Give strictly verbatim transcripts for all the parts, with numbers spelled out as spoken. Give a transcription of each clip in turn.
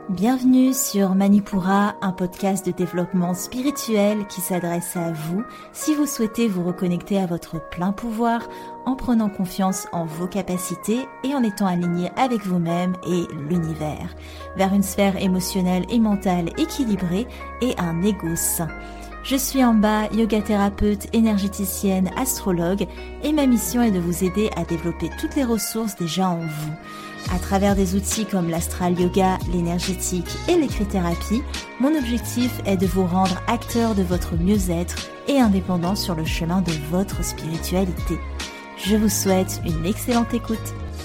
Bienvenue sur Manipura, un podcast de développement spirituel qui s'adresse à vous si vous souhaitez vous reconnecter à votre plein pouvoir en prenant confiance en vos capacités et en étant aligné avec vous-même et l'univers, vers une sphère émotionnelle et mentale équilibrée et un ego sain. Je suis Amba, yoga thérapeute, énergéticienne, astrologue et ma mission est de vous aider à développer toutes les ressources déjà en vous. À travers des outils comme l'astral yoga, l'énergétique et l'écrit-thérapie, mon objectif est de vous rendre acteur de votre mieux-être et indépendant sur le chemin de votre spiritualité. Je vous souhaite une excellente écoute.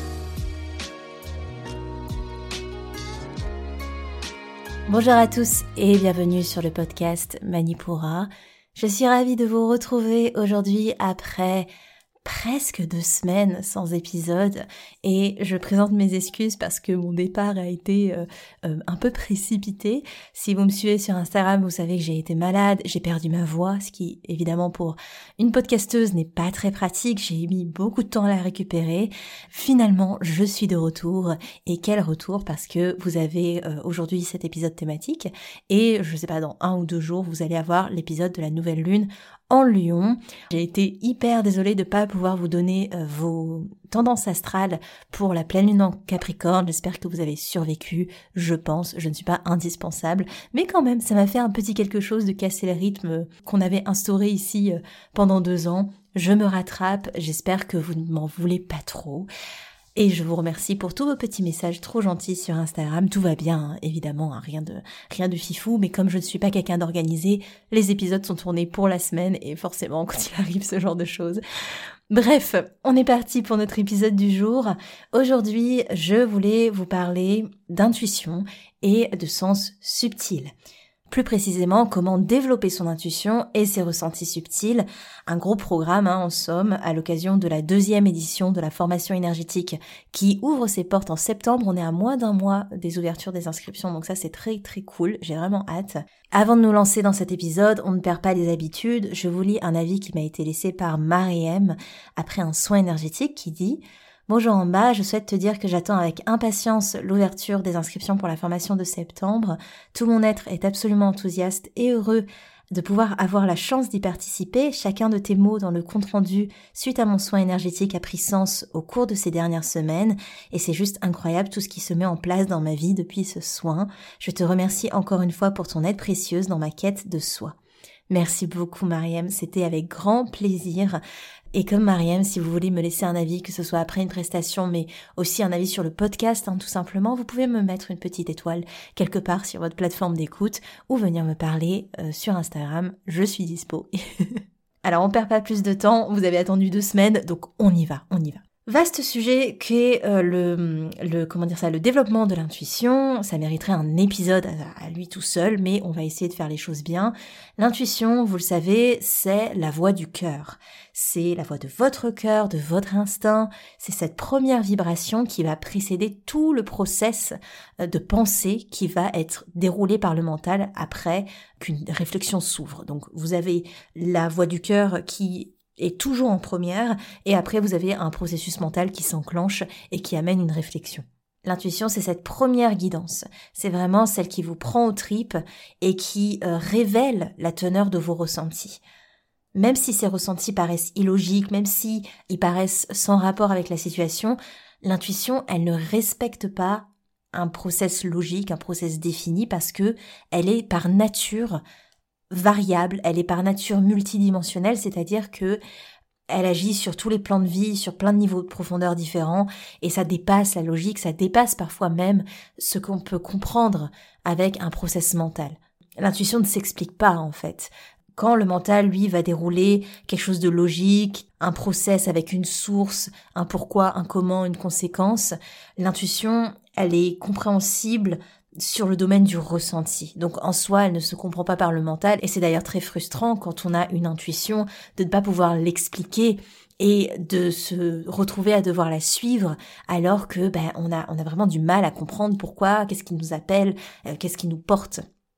Bonjour à tous et bienvenue sur le podcast Manipura. Je suis ravie de vous retrouver aujourd'hui après presque deux semaines sans épisode et je présente mes excuses parce que mon départ a été euh, euh, un peu précipité. Si vous me suivez sur Instagram, vous savez que j'ai été malade, j'ai perdu ma voix, ce qui évidemment pour une podcasteuse n'est pas très pratique, j'ai mis beaucoup de temps à la récupérer. Finalement, je suis de retour et quel retour parce que vous avez euh, aujourd'hui cet épisode thématique et je sais pas, dans un ou deux jours, vous allez avoir l'épisode de la nouvelle lune en Lion. J'ai été hyper désolée de pas pouvoir vous donner euh, vos tendances astrales pour la pleine lune en Capricorne. J'espère que vous avez survécu, je pense, je ne suis pas indispensable, mais quand même, ça m'a fait un petit quelque chose de casser le rythme qu'on avait instauré ici euh, pendant deux ans. Je me rattrape, j'espère que vous ne m'en voulez pas trop. Et je vous remercie pour tous vos petits messages trop gentils sur Instagram. Tout va bien, hein, évidemment, hein, rien de rien de fifou, mais comme je ne suis pas quelqu'un d'organisé, les épisodes sont tournés pour la semaine et forcément quand il arrive ce genre de choses. Bref, on est parti pour notre épisode du jour. Aujourd'hui, je voulais vous parler d'intuition et de sens subtil. Plus précisément, comment développer son intuition et ses ressentis subtils. Un gros programme, hein, en somme, à l'occasion de la deuxième édition de la formation énergétique qui ouvre ses portes en septembre. On est à moins d'un mois des ouvertures des inscriptions, donc ça c'est très très cool, j'ai vraiment hâte. Avant de nous lancer dans cet épisode, on ne perd pas les habitudes. Je vous lis un avis qui m'a été laissé par Marie-M après un soin énergétique qui dit « Bonjour Amba, je souhaite te dire que j'attends avec impatience l'ouverture des inscriptions pour la formation de septembre. Tout mon être est absolument enthousiaste et heureux de pouvoir avoir la chance d'y participer. Chacun de tes mots dans le compte-rendu suite à mon soin énergétique a pris sens au cours de ces dernières semaines et c'est juste incroyable tout ce qui se met en place dans ma vie depuis ce soin. Je te remercie encore une fois pour ton aide précieuse dans ma quête de soi. » Merci beaucoup Mariam, c'était avec grand plaisir. Et comme Mariam, si vous voulez me laisser un avis, que ce soit après une prestation, mais aussi un avis sur le podcast, hein, tout simplement, vous pouvez me mettre une petite étoile quelque part sur votre plateforme d'écoute ou venir me parler euh, sur Instagram, je suis dispo. Alors on perd pas plus de temps, vous avez attendu deux semaines, donc on y va, on y va. Vaste sujet qu'est euh, le, le comment dire ça, le développement de l'intuition. Ça mériterait un épisode à, à lui tout seul, mais on va essayer de faire les choses bien. L'intuition, vous le savez, c'est la voix du cœur. C'est la voix de votre cœur, de votre instinct. C'est cette première vibration qui va précéder tout le process de pensée qui va être déroulé par le mental après qu'une réflexion s'ouvre. Donc vous avez la voix du cœur qui est toujours en première, et après vous avez un processus mental qui s'enclenche et qui amène une réflexion. L'intuition, c'est cette première guidance. C'est vraiment celle qui vous prend aux tripes et qui euh, révèle la teneur de vos ressentis. Même si ces ressentis paraissent illogiques, même si ils paraissent sans rapport avec la situation, l'intuition, elle ne respecte pas un process logique, un process défini, parce que elle est par nature variable, elle est par nature multidimensionnelle, c'est-à-dire que elle agit sur tous les plans de vie, sur plein de niveaux de profondeur différents, et ça dépasse la logique, ça dépasse parfois même ce qu'on peut comprendre avec un process mental. L'intuition ne s'explique pas, en fait. Quand le mental, lui, va dérouler quelque chose de logique, un process avec une source, un pourquoi, un comment, une conséquence, l'intuition, elle est compréhensible sur le domaine du ressenti. Donc en soi, elle ne se comprend pas par le mental et c'est d'ailleurs très frustrant quand on a une intuition de ne pas pouvoir l'expliquer et de se retrouver à devoir la suivre alors que ben on a on a vraiment du mal à comprendre pourquoi, qu'est-ce qui nous appelle, euh, qu'est-ce qui nous porte.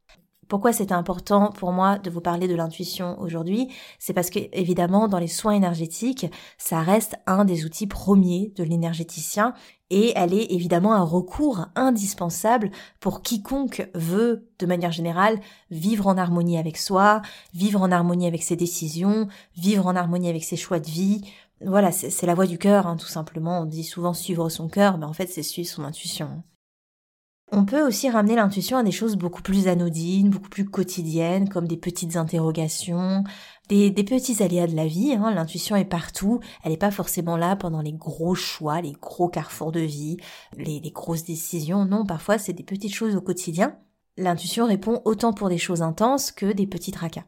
Pourquoi c'était important pour moi de vous parler de l'intuition aujourd'hui? C'est parce que, évidemment, dans les soins énergétiques, ça reste un des outils premiers de l'énergéticien et elle est évidemment un recours indispensable pour quiconque veut, de manière générale, vivre en harmonie avec soi, vivre en harmonie avec ses décisions, vivre en harmonie avec ses choix de vie. Voilà, c'est, c'est la voix du cœur, hein, tout simplement. On dit souvent suivre son cœur, mais en fait, c'est suivre son intuition. On peut aussi ramener l'intuition à des choses beaucoup plus anodines, beaucoup plus quotidiennes, comme des petites interrogations, des, des petits aléas de la vie. Hein. L'intuition est partout, elle n'est pas forcément là pendant les gros choix, les gros carrefours de vie, les, les grosses décisions. Non, parfois c'est des petites choses au quotidien. L'intuition répond autant pour des choses intenses que des petits tracas.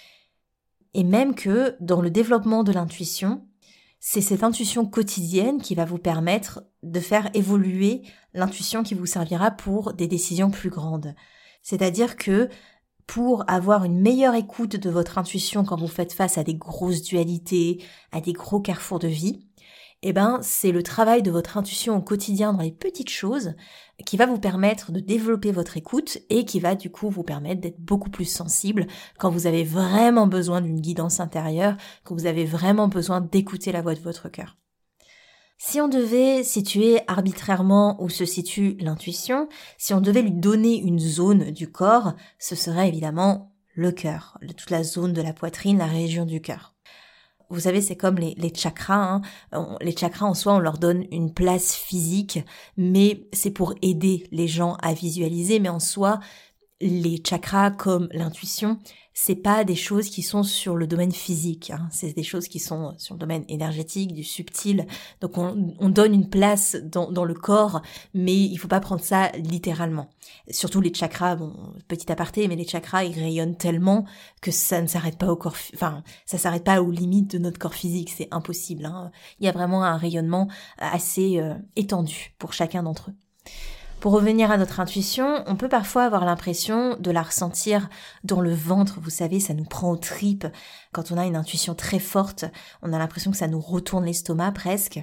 Et même que dans le développement de l'intuition, c'est cette intuition quotidienne qui va vous permettre de faire évoluer l'intuition qui vous servira pour des décisions plus grandes. C'est-à-dire que pour avoir une meilleure écoute de votre intuition quand vous faites face à des grosses dualités, à des gros carrefours de vie, eh ben, c'est le travail de votre intuition au quotidien dans les petites choses qui va vous permettre de développer votre écoute et qui va du coup vous permettre d'être beaucoup plus sensible quand vous avez vraiment besoin d'une guidance intérieure, quand vous avez vraiment besoin d'écouter la voix de votre cœur. Si on devait situer arbitrairement où se situe l'intuition, si on devait lui donner une zone du corps, ce serait évidemment le cœur, toute la zone de la poitrine, la région du cœur. Vous savez, c'est comme les, les chakras. Hein. Les chakras, en soi, on leur donne une place physique, mais c'est pour aider les gens à visualiser. Mais en soi, les chakras, comme l'intuition, c'est pas des choses qui sont sur le domaine physique. Hein. C'est des choses qui sont sur le domaine énergétique, du subtil. Donc, on, on donne une place dans, dans le corps, mais il faut pas prendre ça littéralement. Surtout les chakras, bon, petit aparté, mais les chakras, ils rayonnent tellement que ça ne s'arrête pas au corps, enfin, ça s'arrête pas aux limites de notre corps physique. C'est impossible. Hein. Il y a vraiment un rayonnement assez euh, étendu pour chacun d'entre eux. Pour revenir à notre intuition, on peut parfois avoir l'impression de la ressentir dans le ventre. Vous savez, ça nous prend aux tripes. Quand on a une intuition très forte, on a l'impression que ça nous retourne l'estomac presque.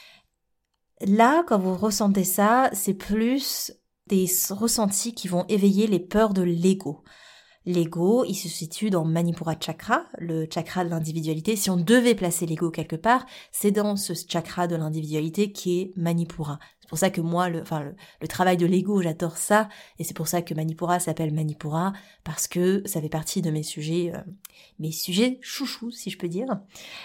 Là, quand vous ressentez ça, c'est plus des ressentis qui vont éveiller les peurs de l'ego. L'ego, il se situe dans Manipura Chakra, le chakra de l'individualité. Si on devait placer l'ego quelque part, c'est dans ce chakra de l'individualité qui est Manipura. C'est pour ça que moi, le, enfin, le, le travail de l'ego, j'adore ça, et c'est pour ça que Manipura s'appelle Manipura, parce que ça fait partie de mes sujets, euh, mes sujets chouchous, si je peux dire.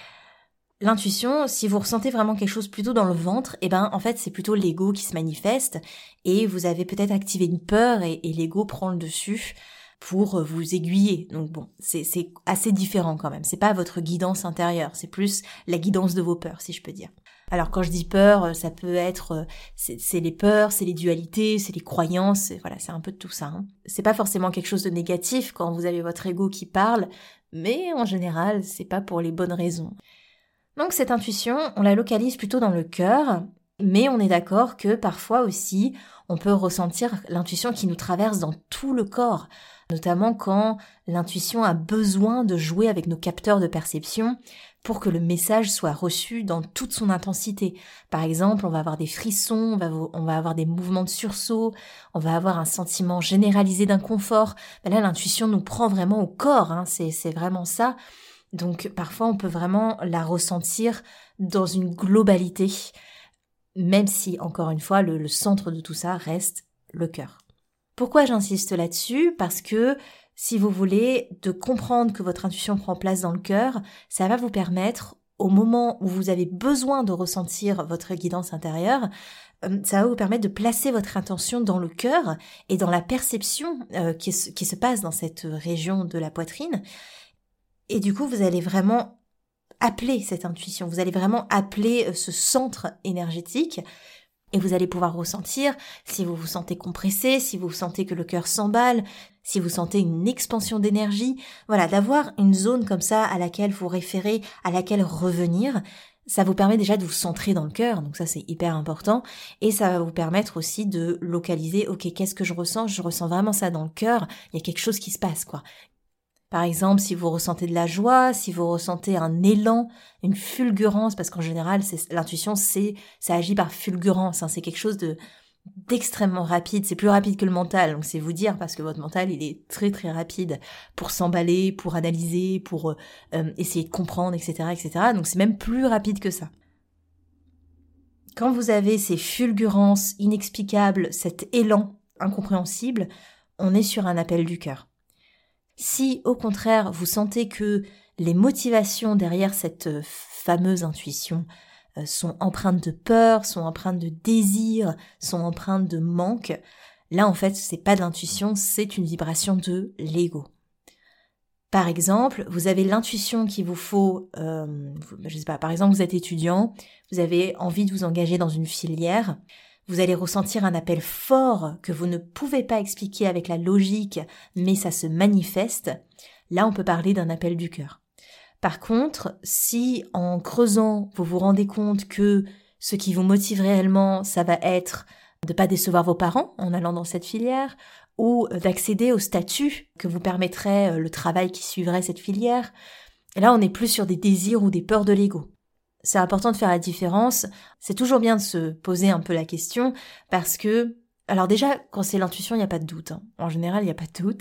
L'intuition, si vous ressentez vraiment quelque chose plutôt dans le ventre, eh ben, en fait, c'est plutôt l'ego qui se manifeste, et vous avez peut-être activé une peur, et, et l'ego prend le dessus pour vous aiguiller. Donc bon, c'est, c'est assez différent quand même. C'est pas votre guidance intérieure, c'est plus la guidance de vos peurs, si je peux dire. Alors quand je dis peur, ça peut être, c'est, c'est les peurs, c'est les dualités, c'est les croyances, c'est, voilà, c'est un peu de tout ça. Hein. C'est pas forcément quelque chose de négatif quand vous avez votre ego qui parle, mais en général, c'est pas pour les bonnes raisons. Donc cette intuition, on la localise plutôt dans le cœur, mais on est d'accord que parfois aussi, on peut ressentir l'intuition qui nous traverse dans tout le corps, notamment quand l'intuition a besoin de jouer avec nos capteurs de perception pour que le message soit reçu dans toute son intensité. Par exemple, on va avoir des frissons, on va, on va avoir des mouvements de sursaut, on va avoir un sentiment généralisé d'inconfort. Ben là, l'intuition nous prend vraiment au corps, hein, c'est, c'est vraiment ça. Donc parfois, on peut vraiment la ressentir dans une globalité, même si, encore une fois, le, le centre de tout ça reste le cœur. Pourquoi j'insiste là-dessus ? Parce que si vous voulez de comprendre que votre intuition prend place dans le cœur, ça va vous permettre, au moment où vous avez besoin de ressentir votre guidance intérieure, ça va vous permettre de placer votre intention dans le cœur et dans la perception euh, qui, qui se passe dans cette région de la poitrine. Et du coup, vous allez vraiment appeler cette intuition, vous allez vraiment appeler ce centre énergétique. Et vous allez pouvoir ressentir si vous vous sentez compressé, si vous sentez que le cœur s'emballe, si vous sentez une expansion d'énergie. Voilà, d'avoir une zone comme ça à laquelle vous référez, à laquelle revenir, ça vous permet déjà de vous centrer dans le cœur, donc ça c'est hyper important. Et ça va vous permettre aussi de localiser, ok, qu'est-ce que je ressens ? Je ressens vraiment ça dans le cœur, il y a quelque chose qui se passe, quoi. Par exemple, si vous ressentez de la joie, si vous ressentez un élan, une fulgurance, parce qu'en général, c'est, l'intuition, c'est, ça agit par fulgurance, hein, c'est quelque chose de, d'extrêmement rapide, c'est plus rapide que le mental, donc c'est vous dire, parce que votre mental, il est très très rapide pour s'emballer, pour analyser, pour euh, essayer de comprendre, et cetera, et cetera. Donc c'est même plus rapide que ça. Quand vous avez ces fulgurances inexplicables, cet élan incompréhensible, on est sur un appel du cœur. Si, au contraire, vous sentez que les motivations derrière cette fameuse intuition sont empreintes de peur, sont empreintes de désir, sont empreintes de manque, là en fait c'est pas de l'intuition, c'est une vibration de l'ego. Par exemple, vous avez l'intuition qu'il vous faut, euh, je sais pas, par exemple vous êtes étudiant, vous avez envie de vous engager dans une filière, vous allez ressentir un appel fort que vous ne pouvez pas expliquer avec la logique, mais ça se manifeste, là on peut parler d'un appel du cœur. Par contre, si en creusant, vous vous rendez compte que ce qui vous motive réellement, ça va être de pas décevoir vos parents en allant dans cette filière, ou d'accéder au statut que vous permettrait le travail qui suivrait cette filière, et là on n'est plus sur des désirs ou des peurs de l'ego. C'est important de faire la différence, c'est toujours bien de se poser un peu la question, parce que, alors déjà, quand c'est l'intuition, il n'y a pas de doute. Hein. En général, il n'y a pas de doute.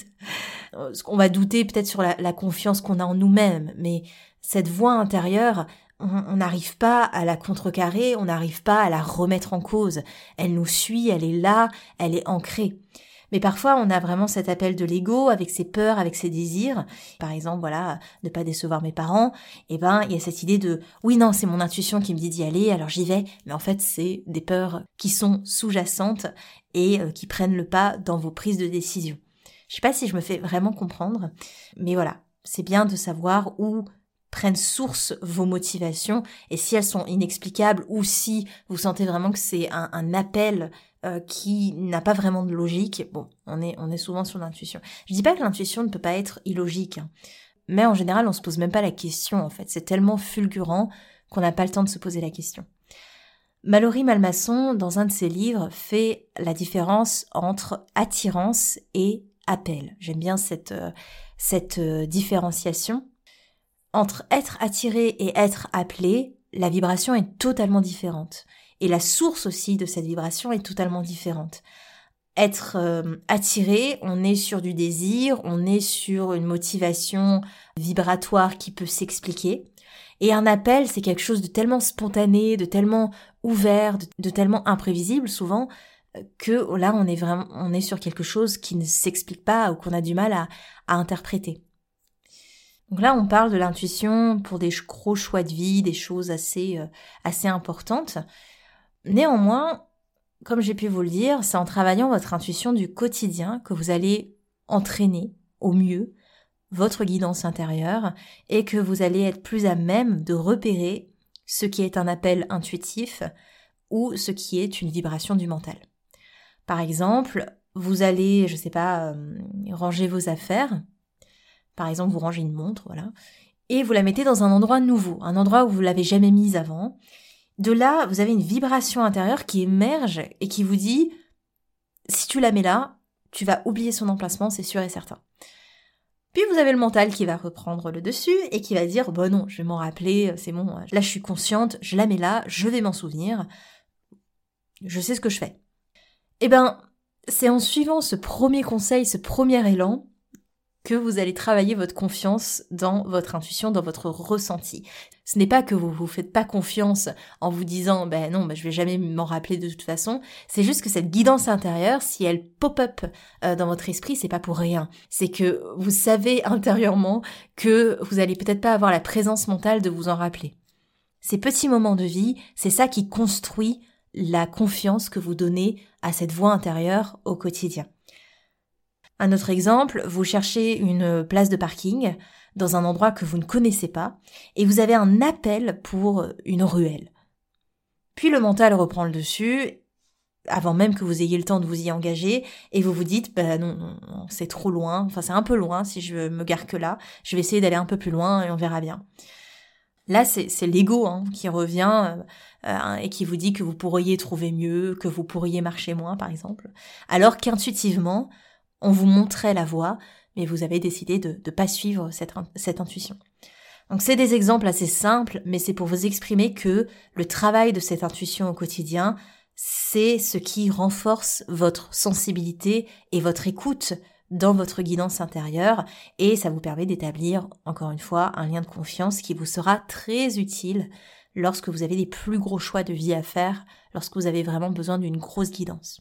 On va douter peut-être sur la, la confiance qu'on a en nous-mêmes, mais cette voix intérieure, on n'arrive pas à la contrecarrer, on n'arrive pas à la remettre en cause. Elle nous suit, elle est là, elle est ancrée. Mais parfois, on a vraiment cet appel de l'ego avec ses peurs, avec ses désirs. Par exemple, voilà, ne pas décevoir mes parents. Et ben, il y a cette idée de, oui, non, c'est mon intuition qui me dit d'y aller, alors j'y vais. Mais en fait, c'est des peurs qui sont sous-jacentes et euh, qui prennent le pas dans vos prises de décision. Je sais pas si je me fais vraiment comprendre, mais voilà, c'est bien de savoir où prennent source vos motivations et si elles sont inexplicables ou si vous sentez vraiment que c'est un, un appel euh, qui n'a pas vraiment de logique. Bon, on est, on est souvent sur l'intuition. Je dis pas que l'intuition ne peut pas être illogique, hein, mais en général, on se pose même pas la question, en fait. C'est tellement fulgurant qu'on n'a pas le temps de se poser la question. Mallory Malmasson, dans un de ses livres, fait la différence entre attirance et appel. J'aime bien cette, euh, cette euh, différenciation. Entre être attiré et être appelé, la vibration est totalement différente. Et la source aussi de cette vibration est totalement différente. Être euh, attiré, on est sur du désir, on est sur une motivation vibratoire qui peut s'expliquer. Et un appel, c'est quelque chose de tellement spontané, de tellement ouvert, de, de tellement imprévisible souvent, que là on est vraiment, on est sur quelque chose qui ne s'explique pas ou qu'on a du mal à, à interpréter. Donc là, on parle de l'intuition pour des gros choix de vie, des choses assez, euh, assez importantes. Néanmoins, comme j'ai pu vous le dire, c'est en travaillant votre intuition du quotidien que vous allez entraîner au mieux votre guidance intérieure et que vous allez être plus à même de repérer ce qui est un appel intuitif ou ce qui est une vibration du mental. Par exemple, vous allez, je sais pas, euh, ranger vos affaires. Par exemple, vous rangez une montre, voilà, et vous la mettez dans un endroit nouveau, un endroit où vous l'avez jamais mise avant. De là, vous avez une vibration intérieure qui émerge et qui vous dit, si tu la mets là, tu vas oublier son emplacement, c'est sûr et certain. Puis vous avez le mental qui va reprendre le dessus et qui va dire, bon non, je vais m'en rappeler, c'est bon, là je suis consciente, je la mets là, je vais m'en souvenir, je sais ce que je fais. Eh ben, c'est en suivant ce premier conseil, ce premier élan, que vous allez travailler votre confiance dans votre intuition, dans votre ressenti. Ce n'est pas que vous vous faites pas confiance en vous disant ben non, ben je vais jamais m'en rappeler de toute façon. C'est juste que cette guidance intérieure, si elle pop-up euh, dans votre esprit, c'est pas pour rien. C'est que vous savez intérieurement que vous allez peut-être pas avoir la présence mentale de vous en rappeler. Ces petits moments de vie, c'est ça qui construit la confiance que vous donnez à cette voix intérieure au quotidien. Un autre exemple, vous cherchez une place de parking dans un endroit que vous ne connaissez pas et vous avez un appel pour une ruelle. Puis le mental reprend le dessus, avant même que vous ayez le temps de vous y engager, et vous vous dites, bah non, non, non, c'est trop loin, enfin c'est un peu loin si je me gare que là, je vais essayer d'aller un peu plus loin et on verra bien. Là, c'est, c'est l'ego hein, qui revient euh, et qui vous dit que vous pourriez trouver mieux, que vous pourriez marcher moins par exemple, alors qu'intuitivement, on vous montrait la voie, mais vous avez décidé de ne pas suivre cette, cette intuition. Donc c'est des exemples assez simples, mais c'est pour vous exprimer que le travail de cette intuition au quotidien, c'est ce qui renforce votre sensibilité et votre écoute dans votre guidance intérieure et ça vous permet d'établir, encore une fois, un lien de confiance qui vous sera très utile lorsque vous avez des plus gros choix de vie à faire, lorsque vous avez vraiment besoin d'une grosse guidance.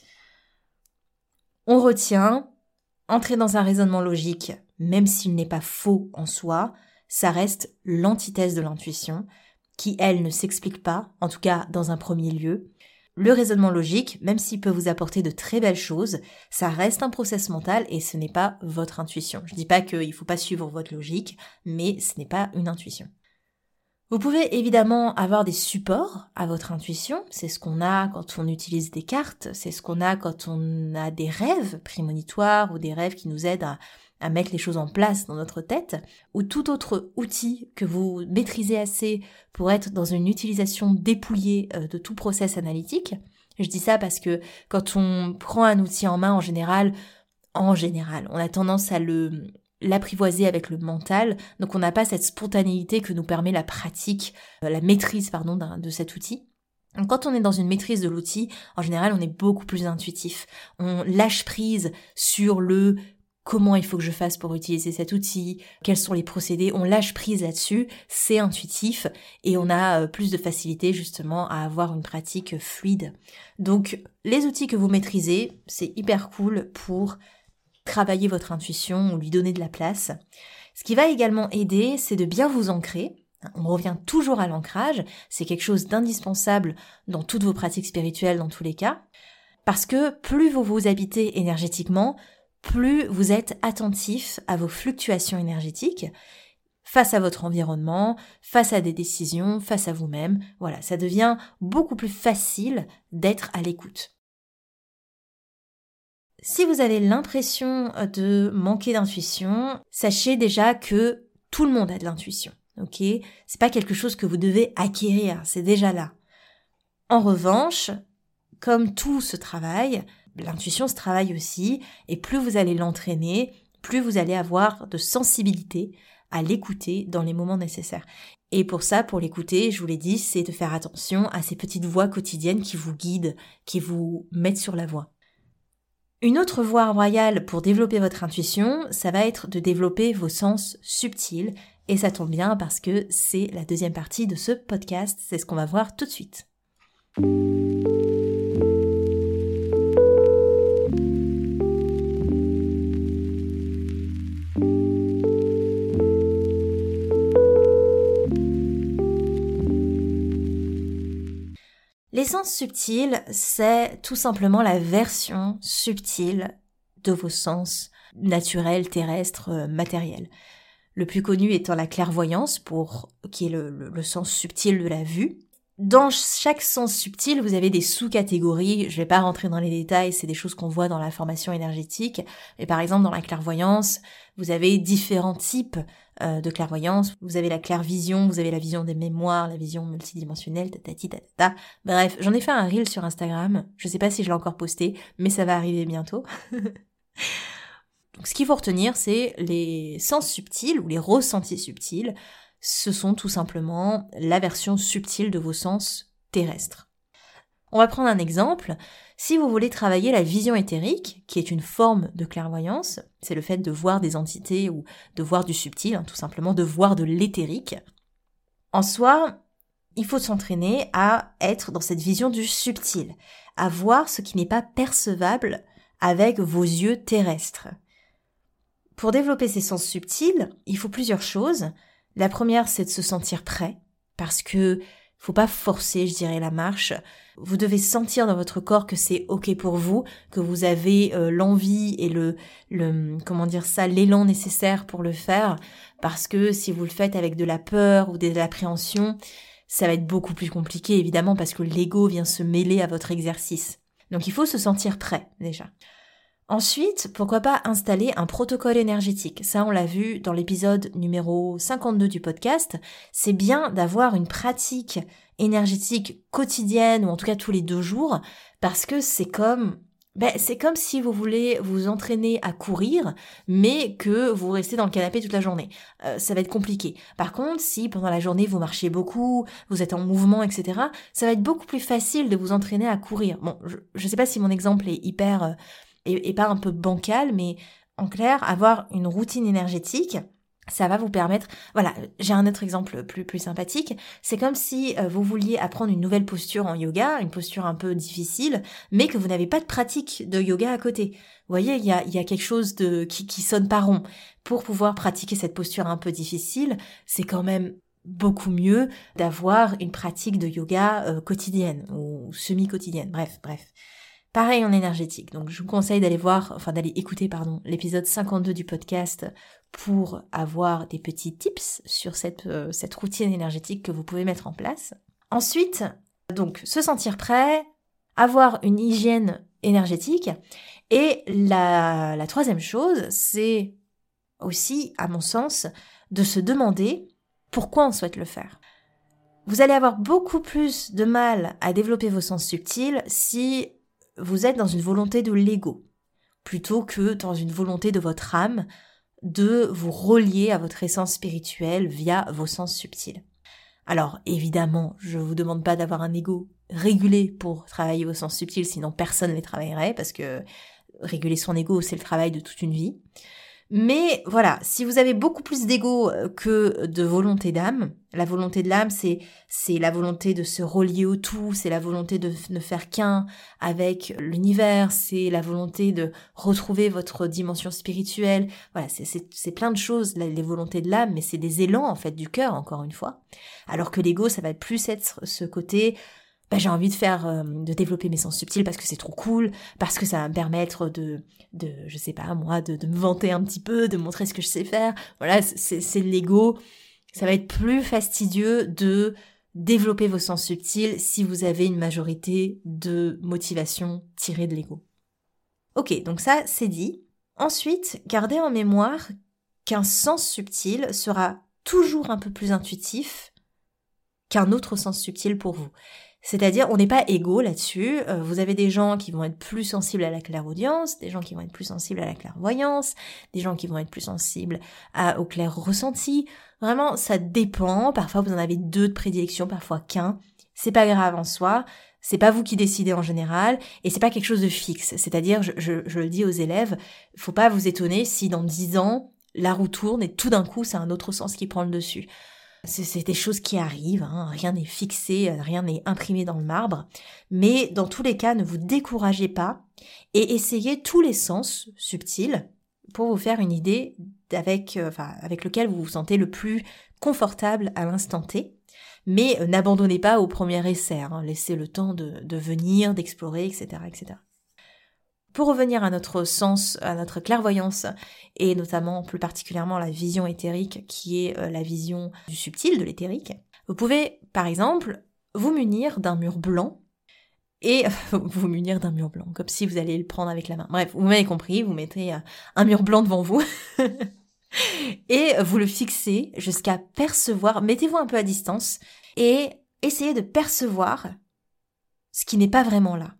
On retient, entrer dans un raisonnement logique, même s'il n'est pas faux en soi, ça reste l'antithèse de l'intuition, qui, elle, ne s'explique pas, en tout cas dans un premier lieu. Le raisonnement logique, même s'il peut vous apporter de très belles choses, ça reste un process mental et ce n'est pas votre intuition. Je dis pas qu'il ne faut pas suivre votre logique, mais ce n'est pas une intuition. Vous pouvez évidemment avoir des supports à votre intuition, c'est ce qu'on a quand on utilise des cartes, c'est ce qu'on a quand on a des rêves prémonitoires ou des rêves qui nous aident à, à mettre les choses en place dans notre tête, ou tout autre outil que vous maîtrisez assez pour être dans une utilisation dépouillée de tout process analytique. Je dis ça parce que quand on prend un outil en main, en général, en général, on a tendance à le... l'apprivoiser avec le mental, donc on n'a pas cette spontanéité que nous permet la pratique, euh, la maîtrise pardon d'un, de cet outil. Donc quand on est dans une maîtrise de l'outil, en général on est beaucoup plus intuitif. On lâche prise sur le comment il faut que je fasse pour utiliser cet outil, quels sont les procédés, on lâche prise là-dessus, c'est intuitif et on a euh, plus de facilité justement à avoir une pratique fluide. Donc les outils que vous maîtrisez, c'est hyper cool pour travailler votre intuition ou lui donner de la place. Ce qui va également aider, c'est de bien vous ancrer. On revient toujours à l'ancrage, c'est quelque chose d'indispensable dans toutes vos pratiques spirituelles dans tous les cas, parce que plus vous vous habitez énergétiquement, plus vous êtes attentif à vos fluctuations énergétiques, face à votre environnement, face à des décisions, face à vous-même. Voilà, ça devient beaucoup plus facile d'être à l'écoute. Si vous avez l'impression de manquer d'intuition, sachez déjà que tout le monde a de l'intuition, ok ? C'est pas quelque chose que vous devez acquérir, c'est déjà là. En revanche, comme tout se travaille, l'intuition se travaille aussi, et plus vous allez l'entraîner, plus vous allez avoir de sensibilité à l'écouter dans les moments nécessaires. Et pour ça, pour l'écouter, je vous l'ai dit, c'est de faire attention à ces petites voix quotidiennes qui vous guident, qui vous mettent sur la voie. Une autre voie royale pour développer votre intuition, ça va être de développer vos sens subtils. Et ça tombe bien parce que c'est la deuxième partie de ce podcast, c'est ce qu'on va voir tout de suite. Les sens subtils, c'est tout simplement la version subtile de vos sens naturels, terrestres, euh, matériels. Le plus connu étant la clairvoyance, pour qui est le, le, le sens subtil de la vue. Dans chaque sens subtil, vous avez des sous-catégories. Je vais pas rentrer dans les détails, c'est des choses qu'on voit dans la formation énergétique. Mais par exemple, dans la clairvoyance, vous avez différents types euh, de clairvoyance. Vous avez la clairvision, vous avez la vision des mémoires, la vision multidimensionnelle, tatati tatata. Bref, j'en ai fait un reel sur Instagram. Je sais pas si je l'ai encore posté, mais ça va arriver bientôt. Donc, ce qu'il faut retenir, c'est les sens subtils ou les ressentis subtils. Ce sont tout simplement la version subtile de vos sens terrestres. On va prendre un exemple. Si vous voulez travailler la vision éthérique, qui est une forme de clairvoyance, c'est le fait de voir des entités ou de voir du subtil, hein, tout simplement de voir de l'éthérique. En soi, il faut s'entraîner à être dans cette vision du subtil, à voir ce qui n'est pas percevable avec vos yeux terrestres. Pour développer ces sens subtils, il faut plusieurs choses. La première, c'est de se sentir prêt, parce que faut pas forcer, je dirais, la marche. Vous devez sentir dans votre corps que c'est ok pour vous, que vous avez euh, l'envie et le, le, comment dire ça, l'élan nécessaire pour le faire, parce que si vous le faites avec de la peur ou de l'appréhension, ça va être beaucoup plus compliqué, évidemment, parce que l'ego vient se mêler à votre exercice. Donc il faut se sentir prêt, déjà. Ensuite, pourquoi pas installer un protocole énergétique. Ça, on l'a vu dans l'épisode numéro cinquante-deux du podcast. C'est bien d'avoir une pratique énergétique quotidienne, ou en tout cas tous les deux jours, parce que c'est comme Ben, c'est comme si vous voulez vous entraîner à courir, mais que vous restez dans le canapé toute la journée. Euh, ça va être compliqué. Par contre, si pendant la journée vous marchez beaucoup, vous êtes en mouvement, et cetera, ça va être beaucoup plus facile de vous entraîner à courir. Bon, je, je sais pas si mon exemple est hyper, euh, est, est pas un peu bancal, mais en clair, avoir une routine énergétique, ça va vous permettre... Voilà, j'ai un autre exemple plus plus sympathique. C'est comme si euh, vous vouliez apprendre une nouvelle posture en yoga, une posture un peu difficile, mais que vous n'avez pas de pratique de yoga à côté. Vous voyez, il y a, il y a quelque chose de qui, qui sonne pas rond. Pour pouvoir pratiquer cette posture un peu difficile, c'est quand même beaucoup mieux d'avoir une pratique de yoga euh, quotidienne ou semi-quotidienne. Bref, bref. Pareil en énergétique. Donc, je vous conseille d'aller voir, enfin d'aller écouter, pardon, l'épisode cinquante-deux du podcast pour avoir des petits tips sur cette, euh, cette routine énergétique que vous pouvez mettre en place. Ensuite, donc, se sentir prêt, avoir une hygiène énergétique. Et la, la troisième chose, c'est aussi, à mon sens, de se demander pourquoi on souhaite le faire. Vous allez avoir beaucoup plus de mal à développer vos sens subtils si vous êtes dans une volonté de l'ego, plutôt que dans une volonté de votre âme de vous relier à votre essence spirituelle via vos sens subtils. Alors, évidemment, je vous demande pas d'avoir un ego régulé pour travailler vos sens subtils, sinon personne ne les travaillerait, parce que réguler son ego, c'est le travail de toute une vie. Mais voilà, si vous avez beaucoup plus d'ego que de volonté d'âme, la volonté de l'âme, c'est c'est la volonté de se relier au tout, c'est la volonté de ne faire qu'un avec l'univers, c'est la volonté de retrouver votre dimension spirituelle. Voilà, c'est c'est c'est plein de choses, les volontés de l'âme, mais c'est des élans en fait du cœur, encore une fois. Alors que l'ego, ça va plus être ce côté... Bah, j'ai envie de faire, euh, de développer mes sens subtils parce que c'est trop cool, parce que ça va me permettre de, de, je sais pas moi, de, de me vanter un petit peu, de montrer ce que je sais faire. Voilà, c'est, c'est l'ego. Ça va être plus fastidieux de développer vos sens subtils si vous avez une majorité de motivation tirée de l'ego. Ok, donc ça, c'est dit. Ensuite, gardez en mémoire qu'un sens subtil sera toujours un peu plus intuitif qu'un autre sens subtil pour vous. C'est-à-dire, on n'est pas égaux là-dessus. Euh, vous avez des gens qui vont être plus sensibles à la clairaudience, des gens qui vont être plus sensibles à la clairvoyance, des gens qui vont être plus sensibles à, au clair ressenti. Vraiment, ça dépend. Parfois, vous en avez deux de prédilection, parfois qu'un. C'est pas grave en soi. C'est pas vous qui décidez en général, et c'est pas quelque chose de fixe. C'est-à-dire, je, je, je le dis aux élèves, faut pas vous étonner si dans dix ans, la roue tourne et tout d'un coup, c'est un autre sens qui prend le dessus. C'est, c'est des choses qui arrivent, hein. Rien n'est fixé, rien n'est imprimé dans le marbre. Mais dans tous les cas, ne vous découragez pas et essayez tous les sens subtils pour vous faire une idée avec, euh, enfin, avec lequel vous vous sentez le plus confortable à l'instant T. Mais euh, n'abandonnez pas au premier essai, hein. Laissez le temps de, de venir, d'explorer, et cetera, et cetera. Pour revenir à notre sens, à notre clairvoyance, et notamment plus particulièrement la vision éthérique, qui est la vision du subtil, de l'éthérique, vous pouvez, par exemple, vous munir d'un mur blanc, et vous munir d'un mur blanc, comme si vous alliez le prendre avec la main. Bref, vous m'avez compris, vous mettez un mur blanc devant vous, et vous le fixez jusqu'à percevoir, mettez-vous un peu à distance, et essayez de percevoir ce qui n'est pas vraiment là.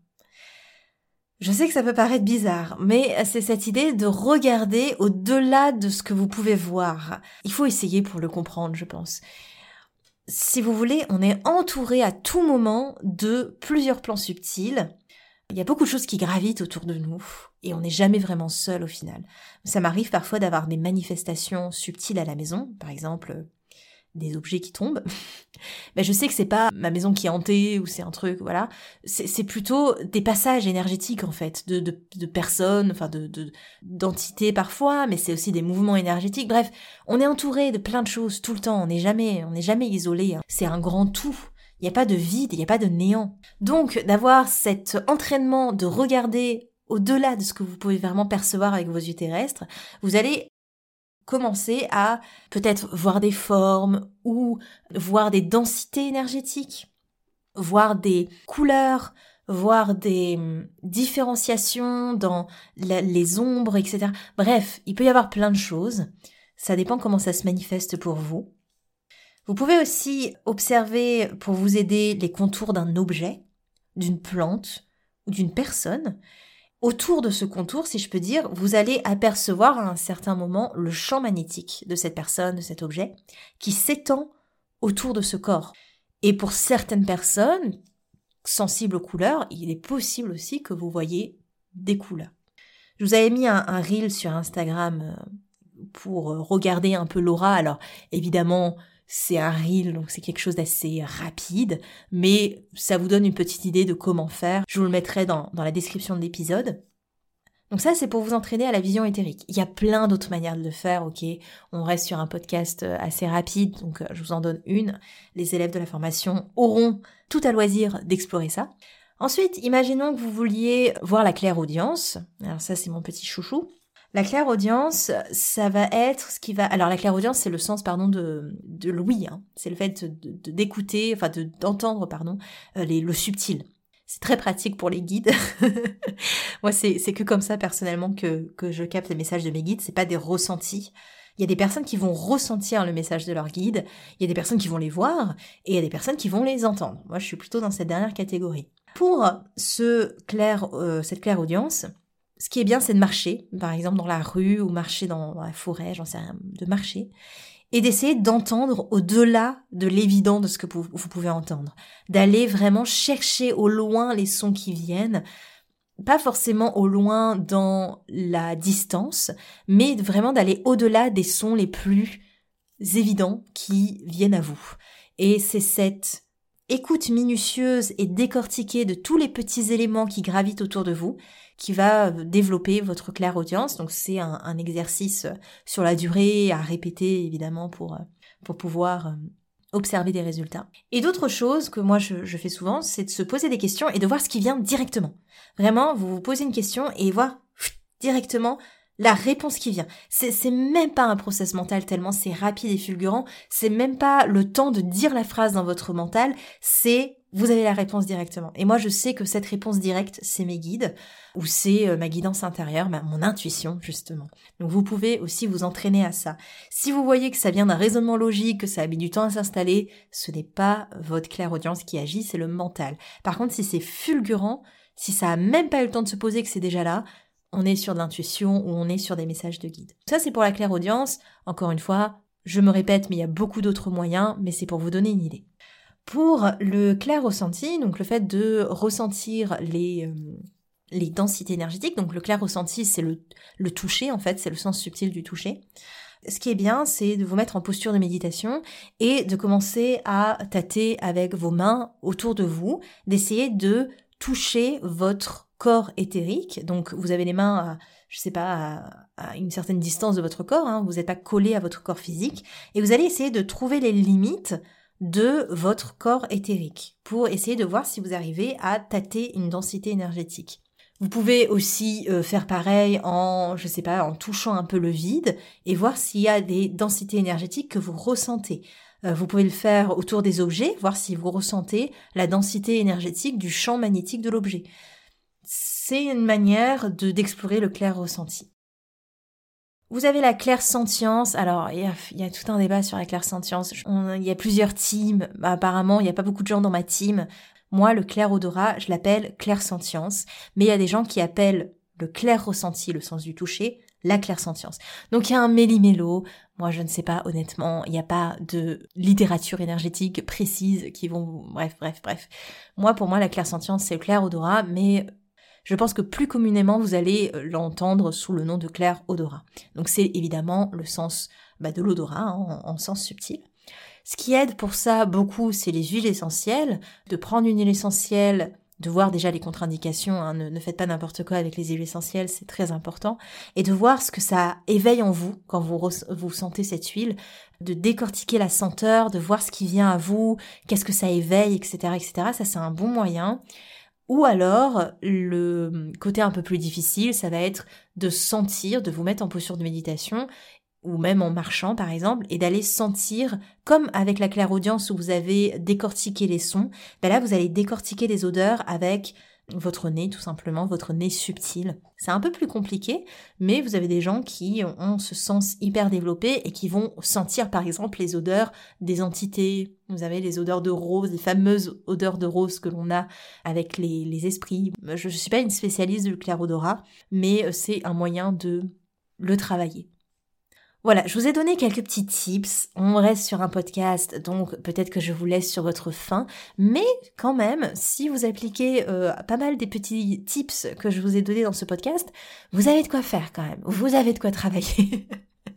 Je sais que ça peut paraître bizarre, mais c'est cette idée de regarder au-delà de ce que vous pouvez voir. Il faut essayer pour le comprendre, je pense. Si vous voulez, on est entouré à tout moment de plusieurs plans subtils. Il y a beaucoup de choses qui gravitent autour de nous et on n'est jamais vraiment seul au final. Ça m'arrive parfois d'avoir des manifestations subtiles à la maison, par exemple des objets qui tombent. Mais je sais que c'est pas ma maison qui est hantée ou c'est un truc, voilà. C'est, c'est plutôt des passages énergétiques en fait, de, de, de personnes, enfin de, de d'entités parfois, mais c'est aussi des mouvements énergétiques. Bref, on est entouré de plein de choses tout le temps. On n'est jamais, on n'est jamais isolé. Hein. C'est un grand tout. Il n'y a pas de vide, il n'y a pas de néant. Donc d'avoir cet entraînement de regarder au-delà de ce que vous pouvez vraiment percevoir avec vos yeux terrestres, vous allez commencer à peut-être voir des formes ou voir des densités énergétiques, voir des couleurs, voir des différenciations dans la, les ombres, et cetera. Bref, il peut y avoir plein de choses. Ça dépend comment ça se manifeste pour vous. Vous pouvez aussi observer, pour vous aider, les contours d'un objet, d'une plante ou d'une personne. autour de ce contour, si je peux dire, vous allez apercevoir à un certain moment le champ magnétique de cette personne, de cet objet, qui s'étend autour de ce corps. Et pour certaines personnes sensibles aux couleurs, il est possible aussi que vous voyez des couleurs. Je vous avais mis un, un reel sur Instagram pour regarder un peu l'aura. Alors évidemment, c'est un reel, donc c'est quelque chose d'assez rapide, mais ça vous donne une petite idée de comment faire. Je vous le mettrai dans, dans la description de l'épisode. Donc ça, c'est pour vous entraîner à la vision éthérique. Il y a plein d'autres manières de le faire, ok. On reste sur un podcast assez rapide, donc je vous en donne une. Les élèves de la formation auront tout à loisir d'explorer ça. Ensuite, imaginons que vous vouliez voir la clairaudience. Alors ça, c'est mon petit chouchou. La clairaudience, ça va être ce qui va... Alors la clairaudience, c'est le sens, pardon, de, de l'ouïe. Hein. C'est le fait de, de, d'écouter, enfin de, d'entendre, pardon, les, le subtil. C'est très pratique pour les guides. Moi, c'est, c'est que comme ça, personnellement, que, que je capte les messages de mes guides. C'est pas des ressentis. Il y a des personnes qui vont ressentir le message de leur guide. Il y a des personnes qui vont les voir. Et il y a des personnes qui vont les entendre. Moi, je suis plutôt dans cette dernière catégorie. Pour ce clair, euh, cette clairaudience, ce qui est bien, c'est de marcher, par exemple dans la rue ou marcher dans, dans la forêt, j'en sais rien, de marcher, et d'essayer d'entendre au-delà de l'évident de ce que vous, vous pouvez entendre, d'aller vraiment chercher au loin les sons qui viennent, pas forcément au loin dans la distance, mais vraiment d'aller au-delà des sons les plus évidents qui viennent à vous. Et c'est cette écoute minutieuse et décortiquée de tous les petits éléments qui gravitent autour de vous qui va développer votre clairaudience. Donc c'est un, un exercice sur la durée à répéter évidemment pour, pour pouvoir observer des résultats. Et d'autres choses que moi je, je fais souvent, c'est de se poser des questions et de voir ce qui vient directement. Vraiment, vous vous posez une question et voir directement la réponse qui vient. C'est, c'est même pas un process mental tellement c'est rapide et fulgurant. C'est même pas le temps de dire la phrase dans votre mental. C'est vous avez la réponse directement. Et moi, je sais que cette réponse directe, c'est mes guides, ou c'est ma guidance intérieure, mon intuition, justement. Donc, vous pouvez aussi vous entraîner à ça. Si vous voyez que ça vient d'un raisonnement logique, que ça a mis du temps à s'installer, ce n'est pas votre clairaudience qui agit, c'est le mental. Par contre, si c'est fulgurant, si ça a même pas eu le temps de se poser, que c'est déjà là, on est sur de l'intuition ou on est sur des messages de guide. Ça, c'est pour la clairaudience. Encore une fois, je me répète, mais il y a beaucoup d'autres moyens, mais c'est pour vous donner une idée. Pour le clair ressenti, donc le fait de ressentir les, euh, les densités énergétiques, donc le clair ressenti, c'est le, le toucher, en fait, c'est le sens subtil du toucher. Ce qui est bien, c'est de vous mettre en posture de méditation et de commencer à tâter avec vos mains autour de vous, d'essayer de toucher votre corps éthérique. Donc vous avez les mains à, je sais pas, à, à une certaine distance de votre corps, hein, vous n'êtes pas collé à votre corps physique, et vous allez essayer de trouver les limites de votre corps éthérique pour essayer de voir si vous arrivez à tâter une densité énergétique. Vous pouvez aussi euh, faire pareil en, je sais pas, en touchant un peu le vide et voir s'il y a des densités énergétiques que vous ressentez. Euh, vous pouvez le faire autour des objets, voir si vous ressentez la densité énergétique du champ magnétique de l'objet. C'est une manière de d'explorer le clair ressenti. Vous avez la clairsentience. Alors, il y a, il y a tout un débat sur la clairsentience. On, il y a plusieurs teams. Apparemment, il n'y a pas beaucoup de gens dans ma team. Moi, le clair-odorat, je l'appelle clairsentience. Mais il y a des gens qui appellent le clair ressenti, le sens du toucher, la clairsentience. Donc, il y a un méli-mélo. Moi, je ne sais pas, honnêtement. Il n'y a pas de littérature énergétique précise qui vont... Bref, bref, bref. Moi, pour moi, la clairsentience, c'est le clair-odorat, mais... Je pense que plus communément, vous allez l'entendre sous le nom de clair-odorat. Donc c'est évidemment le sens bah, de l'odorat, hein, en, en sens subtil. Ce qui aide pour ça beaucoup, c'est les huiles essentielles. De prendre une huile essentielle, de voir déjà les contre-indications, hein, ne, ne faites pas n'importe quoi avec les huiles essentielles, c'est très important. Et de voir ce que ça éveille en vous quand vous, re- vous sentez cette huile, de décortiquer la senteur, de voir ce qui vient à vous, qu'est-ce que ça éveille, et cetera, et cetera. Ça, c'est un bon moyen. Ou alors, le côté un peu plus difficile, ça va être de sentir, de vous mettre en posture de méditation, ou même en marchant par exemple, et d'aller sentir, comme avec la clairaudience où vous avez décortiqué les sons, ben là vous allez décortiquer les odeurs avec votre nez tout simplement, votre nez subtil. C'est un peu plus compliqué, mais vous avez des gens qui ont ce sens hyper développé et qui vont sentir par exemple les odeurs des entités. Vous avez les odeurs de rose, les fameuses odeurs de rose que l'on a avec les, les esprits. Je ne suis pas une spécialiste du clairodorat, mais c'est un moyen de le travailler. Voilà, je vous ai donné quelques petits tips. On reste sur un podcast, donc peut-être que je vous laisse sur votre faim. Mais quand même, si vous appliquez euh, pas mal des petits tips que je vous ai donnés dans ce podcast, vous avez de quoi faire quand même. Vous avez de quoi travailler.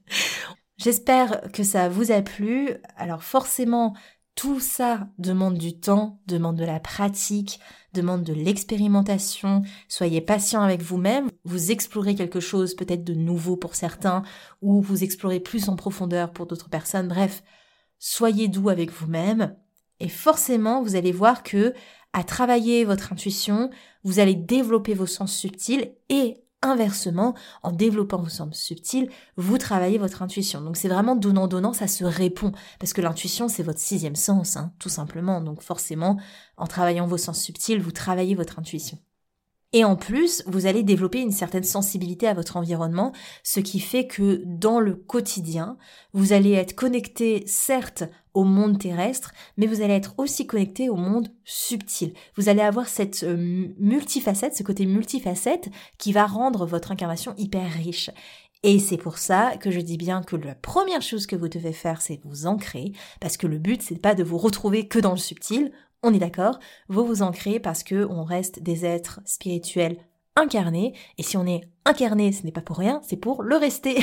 J'espère que ça vous a plu. Alors forcément, tout ça demande du temps, demande de la pratique, demande de l'expérimentation. Soyez patient avec vous-même. Vous explorez quelque chose peut-être de nouveau pour certains ou vous explorez plus en profondeur pour d'autres personnes. Bref, soyez doux avec vous-même et forcément, vous allez voir que à travailler votre intuition, vous allez développer vos sens subtils et inversement, en développant vos sens subtils, vous travaillez votre intuition. Donc c'est vraiment donnant-donnant, ça se répond. Parce que l'intuition, c'est votre sixième sens, hein, tout simplement. Donc forcément, en travaillant vos sens subtils, vous travaillez votre intuition. Et en plus, vous allez développer une certaine sensibilité à votre environnement, ce qui fait que dans le quotidien, vous allez être connecté, certes, au monde terrestre, mais vous allez être aussi connecté au monde subtil. Vous allez avoir cette euh, multifacette, ce côté multifacette qui va rendre votre incarnation hyper riche. Et c'est pour ça que je dis bien que la première chose que vous devez faire, c'est vous ancrer, parce que le but, c'est pas de vous retrouver que dans le subtil, on est d'accord, vous vous ancrez parce que on reste des êtres spirituels incarnés, et si on est incarné, ce n'est pas pour rien, c'est pour le rester.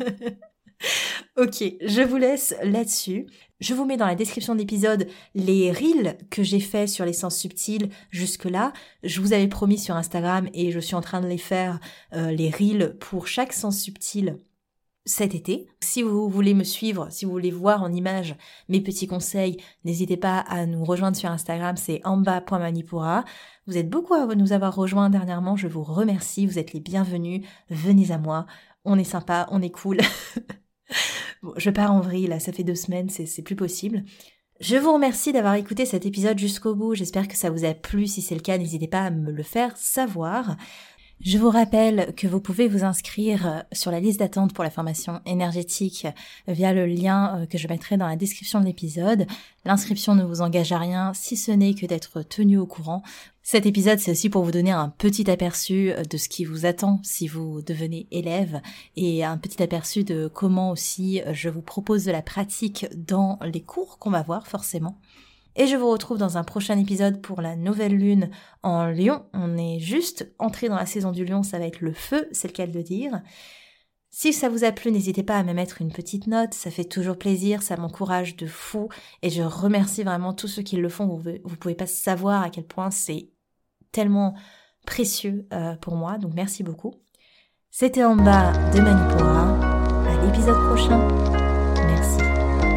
Ok, je vous laisse là-dessus. Je vous mets dans la description de l'épisode les reels que j'ai fait sur les sens subtils jusque-là. Je vous avais promis sur Instagram et je suis en train de les faire, euh, les reels pour chaque sens subtil cet été. Si vous voulez me suivre, si vous voulez voir en image mes petits conseils, n'hésitez pas à nous rejoindre sur Instagram, c'est amba point manipura. Vous êtes beaucoup à nous avoir rejoints dernièrement, je vous remercie, vous êtes les bienvenus, venez à moi, on est sympa, on est cool. Bon, je pars en vrille, là, ça fait deux semaines, c'est, c'est plus possible. Je vous remercie d'avoir écouté cet épisode jusqu'au bout, j'espère que ça vous a plu, si c'est le cas, n'hésitez pas à me le faire savoir. Je vous rappelle que vous pouvez vous inscrire sur la liste d'attente pour la formation énergétique via le lien que je mettrai dans la description de l'épisode. L'inscription ne vous engage à rien si ce n'est que d'être tenu au courant. Cet épisode, c'est aussi pour vous donner un petit aperçu de ce qui vous attend si vous devenez élève et un petit aperçu de comment aussi je vous propose de la pratique dans les cours qu'on va voir forcément. Et je vous retrouve dans un prochain épisode pour la nouvelle lune en Lion. On est juste entré dans la saison du Lion, ça va être le feu, c'est le cas de le dire. Si ça vous a plu, n'hésitez pas à me mettre une petite note, ça fait toujours plaisir, ça m'encourage de fou. Et je remercie vraiment tous ceux qui le font, vous, vous pouvez pas savoir à quel point c'est tellement précieux euh, pour moi, donc merci beaucoup. C'était en bas de Manipura, à l'épisode prochain. Merci.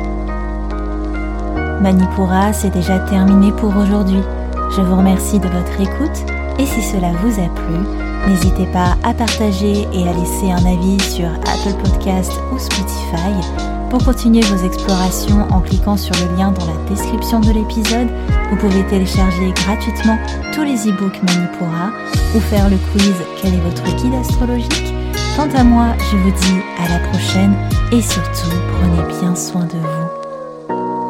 Manipura, c'est déjà terminé pour aujourd'hui. Je vous remercie de votre écoute et si cela vous a plu, n'hésitez pas à partager et à laisser un avis sur Apple Podcast ou Spotify. Pour continuer vos explorations en cliquant sur le lien dans la description de l'épisode, vous pouvez télécharger gratuitement tous les e-books Manipura ou faire le quiz « Quel est votre guide astrologique ?» Quant à moi, je vous dis à la prochaine et surtout, prenez bien soin de vous.